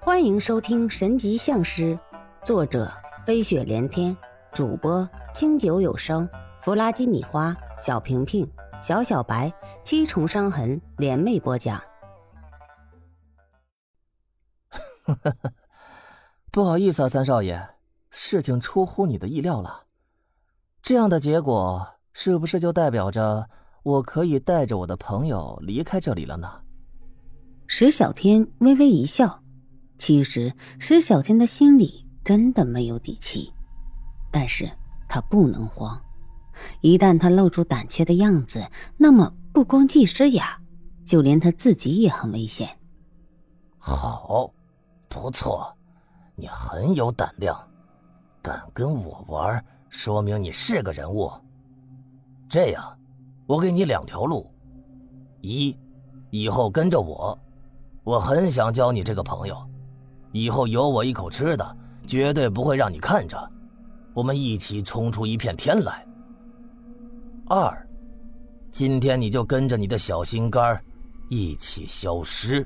欢迎收听《神级相师》，作者飞雪连天，主播清酒有声，弗拉基米花，小平平，小小白，七重伤痕联袂播讲。 不好意思啊，三少爷，事情出乎你的意料了。这样的结果是不是就代表着我可以带着我的朋友离开这里了呢？ 石小天微微一笑，其实石小天的心里真的没有底气，但是他不能慌，一旦他露出胆怯的样子，那么不光季诗雅，就连他自己也很危险。 好，不错，你很有胆量，敢跟我玩，说明你是个人物。这样，我给你2条路：一，以后跟着我很想交你这个朋友，以后有我一口吃的，绝对不会让你看着，我们一起冲出一片天来。2，今天你就跟着你的小心肝一起消失。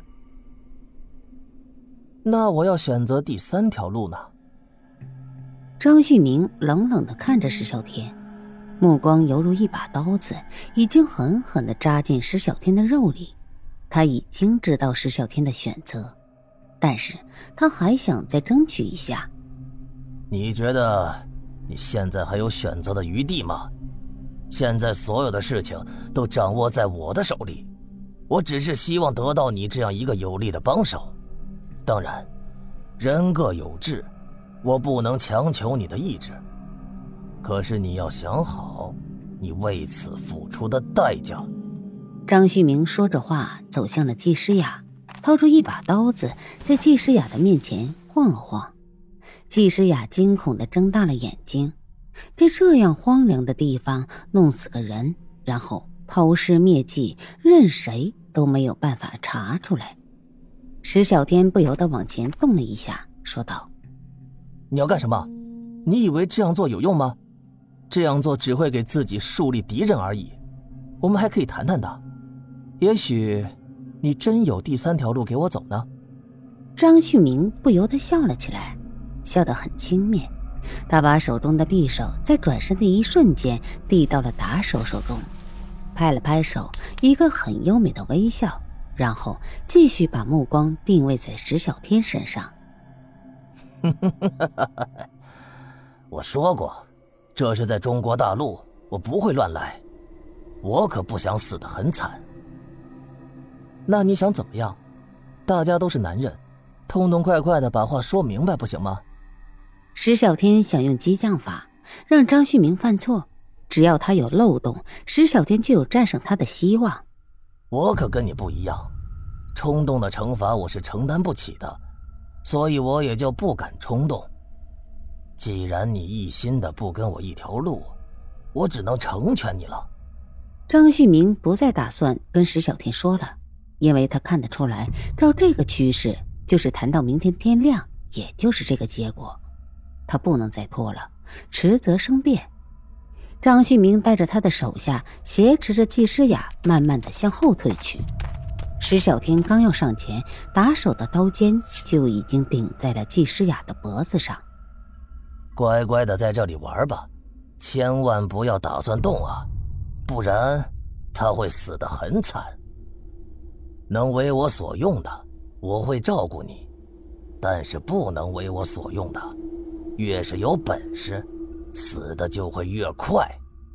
那我要选择第3条路呢？ 张旭明冷冷地看着石小天，目光犹如一把刀子，已经狠狠地扎进石小天的肉里。他已经知道石小天的选择，但是他还想再争取一下。 你觉得你现在还有选择的余地吗？现在所有的事情都掌握在我的手里，我只是希望得到你这样一个有力的帮手。当然，人各有志，我不能强求你的意志。可是你要想好，你为此付出的代价。 张旭明说着话，走向了季诗雅，掏出一把刀子，在季诗雅的面前晃了晃。季诗雅惊恐地睁大了眼睛，在这样荒凉的地方弄死个人，然后抛尸灭迹，任谁都没有办法查出来。石小天不由得往前动了一下，说道： 你要干什么？你以为这样做有用吗？这样做只会给自己树立敌人而已。我们还可以谈谈的，也许你真有第3条路给我走呢。 张旭明不由得笑了起来，笑得很轻蔑。他把手中的匕首在转身的一瞬间递到了打手手中，拍了拍手，一个很优美的微笑，然后继续把目光定位在石小天身上。 我说过，这是在中国大陆，我不会乱来，我可不想死得很惨。 那你想怎么样？大家都是男人，痛痛快快的把话说明白不行吗？ 石小天想用激将法让张旭明犯错，只要他有漏洞，石小天就有战胜他的希望。 我可跟你不一样，冲动的惩罚我是承担不起的，所以我也就不敢冲动。既然你一心的不跟我一条路，我只能成全你了。 张旭明不再打算跟石小天说了，因为他看得出来，照这个趋势，就是谈到明天天亮，也就是这个结果。他不能再拖了，迟则生变。张旭明带着他的手下挟持着季诗雅，慢慢的向后退去。石小天刚要上前，打手的刀尖就已经顶在了季诗雅的脖子上。 乖乖的在这里玩吧，千万不要打算动啊，不然他会死得很惨。能为我所用的，我会照顾你，但是不能为我所用的，越是有本事，死的就会越快。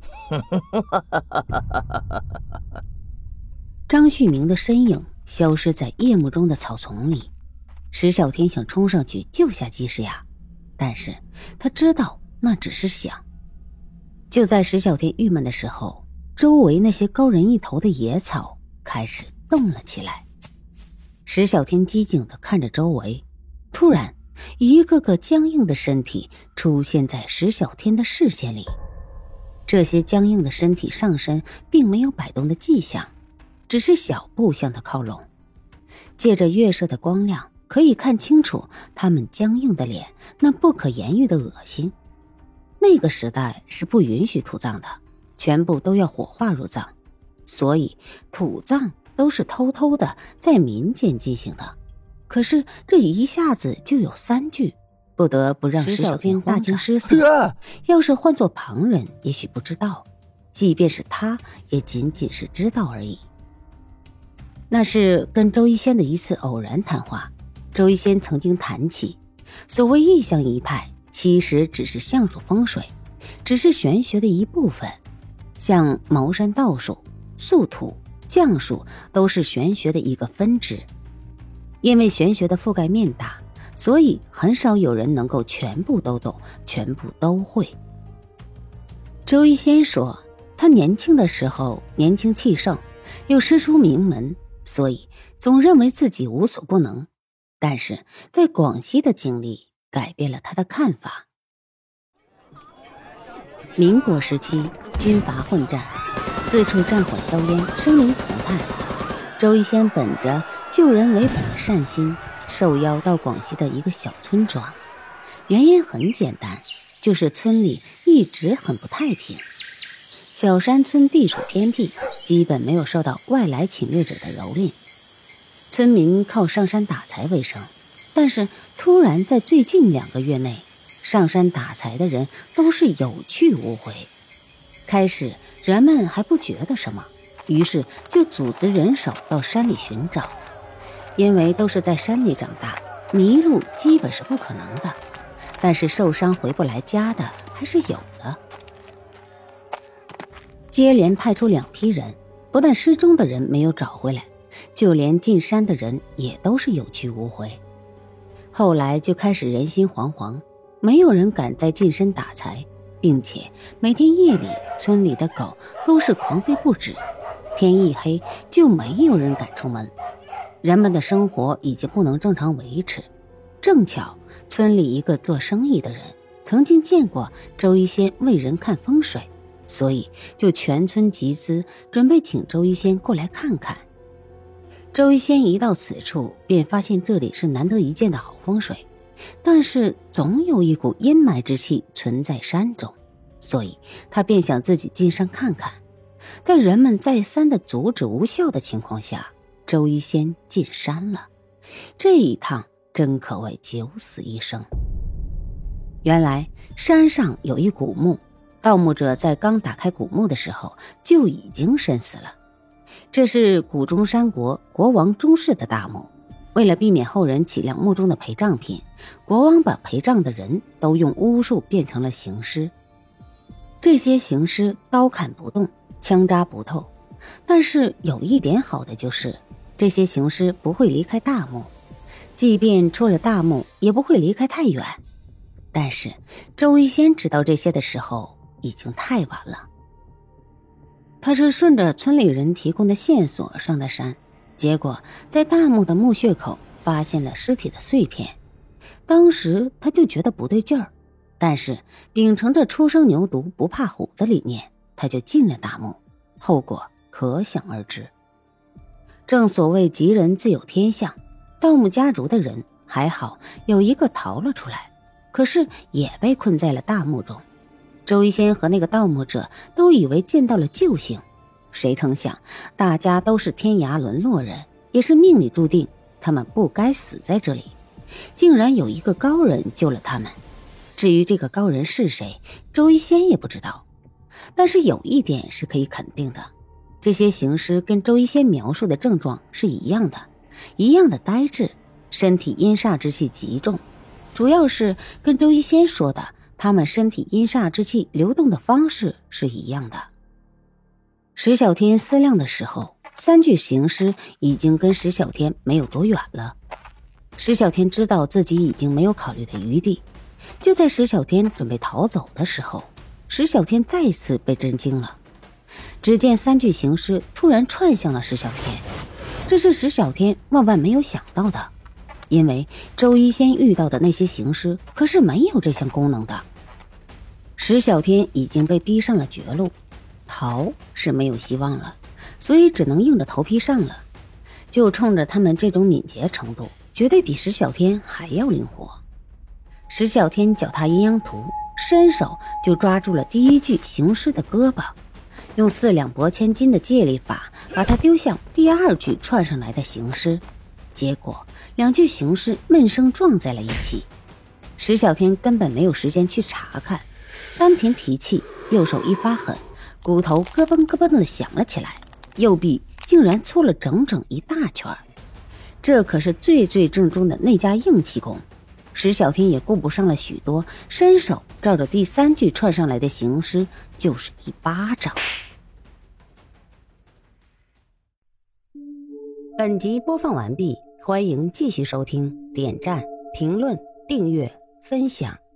张旭明的身影消失在夜幕中的草丛里，石小天想冲上去救下季诗雅，但是他知道那只是想。就在石小天郁闷的时候，周围那些高人一头的野草开始动了起来。石小天机警地看着周围，突然一个个僵硬的身体出现在石小天的视线里。这些僵硬的身体上身并没有摆动的迹象，只是小步向他靠拢。借着月色的光亮，可以看清楚他们僵硬的脸，那不可言喻的恶心。那个时代是不允许土葬的，全部都要火化入葬，所以土葬都是偷偷的在民间进行的。 可是这一下子就有3具，不得不让石小天大惊失色。要是换做旁人，也许不知道，即便是他，也仅仅是知道而已。那是跟周一仙的一次偶然谈话，周一仙曾经谈起，所谓异象一派，其实只是相术风水，只是玄学的一部分，像茅山道术、速土、降术都是玄学的一个分支。因为玄学的覆盖面大，所以很少有人能够全部都懂，全部都会。周一仙说，他年轻的时候年轻气盛，又师出名门，所以总认为自己无所不能。但是在广西的经历改变了他的看法。民国时期，军阀混战，四处战火硝烟，生灵涂炭。周一仙本着救人为本的善心，受邀到广西的一个小村庄。原因很简单，就是村里一直很不太平。小山村地处偏僻，基本没有受到外来侵略者的蹂躏，村民靠上山打柴为生。但是突然在最近2个月内，上山打柴的人都是有去无回。开始人们还不觉得什么，于是就组织人手到山里寻找。因为都是在山里长大，迷路基本是不可能的，但是受伤回不来家的还是有的。接连派出2批人，不但失踪的人没有找回来，就连进山的人也都是有去无回。后来就开始人心惶惶，没有人敢再近身打柴，并且每天夜里村里的狗都是狂吠不止，天一黑就没有人敢出门。人们的生活已经不能正常维持。正巧村里一个做生意的人曾经见过周一仙为人看风水，所以就全村集资，准备请周一仙过来看看。周一仙一到此处，便发现这里是难得一见的好风水，但是总有一股阴霾之气存在山中，所以他便想自己进山看看。在人们再三的阻止无效的情况下，周一仙进山了。这一趟真可谓九死一生。原来山上有一古墓，盗墓者在刚打开古墓的时候就已经身死了。这是古中山国国王钟氏的大墓，为了避免后人起量墓中的陪葬品，国王把陪葬的人都用巫术变成了行尸。这些行尸刀砍不动，枪扎不透，但是有一点好的就是，这些行尸不会离开大墓，即便出了大墓也不会离开太远。但是周一仙知道这些的时候已经太晚了。他是顺着村里人提供的线索上的山，结果在大墓的墓穴口发现了尸体的碎片。当时他就觉得不对劲儿，但是秉承着初生牛犊不怕虎的理念，他就进了大墓，后果可想而知。正所谓吉人自有天相，盗墓家族的人还好有一个逃了出来，可是也被困在了大墓中。周一仙和那个盗墓者都以为见到了救星，谁成想大家都是天涯沦落人，也是命里注定他们不该死在这里，竟然有一个高人救了他们。至于这个高人是谁，周一仙也不知道，但是有一点是可以肯定的，这些行尸跟周一仙描述的症状是一样的呆滞，身体阴煞之气极重，主要是跟周一仙说的他们身体阴煞之气流动的方式是一样的。石小天思量的时候，3具行尸已经跟石小天没有多远了。石小天知道自己已经没有考虑的余地，就在石小天准备逃走的时候，石小天再次被震惊了。只见3具行尸突然窜向了石小天，这是石小天万万没有想到的，因为周一仙遇到的那些行尸可是没有这项功能的。石小天已经被逼上了绝路，逃是没有希望了，所以只能硬着头皮上了。就冲着他们这种敏捷程度，绝对比石小天还要灵活。石小天脚踏阴阳图，伸手就抓住了第1具行尸的胳膊，用4两拨千斤的借力法把他丢向第2具窜上来的行尸。 结果两具行尸闷声撞在了一起。石小天根本没有时间去查看，丹田提气，右手一发狠，骨头咯嘣咯嘣的响了起来，右臂竟然粗了整整一大圈。这可是最正宗的内家硬气功。石小天也顾不上了许多，伸手照着第3具窜上来的行尸就是一巴掌。本集播放完毕，欢迎继续收听，点赞、评论、订阅、分享。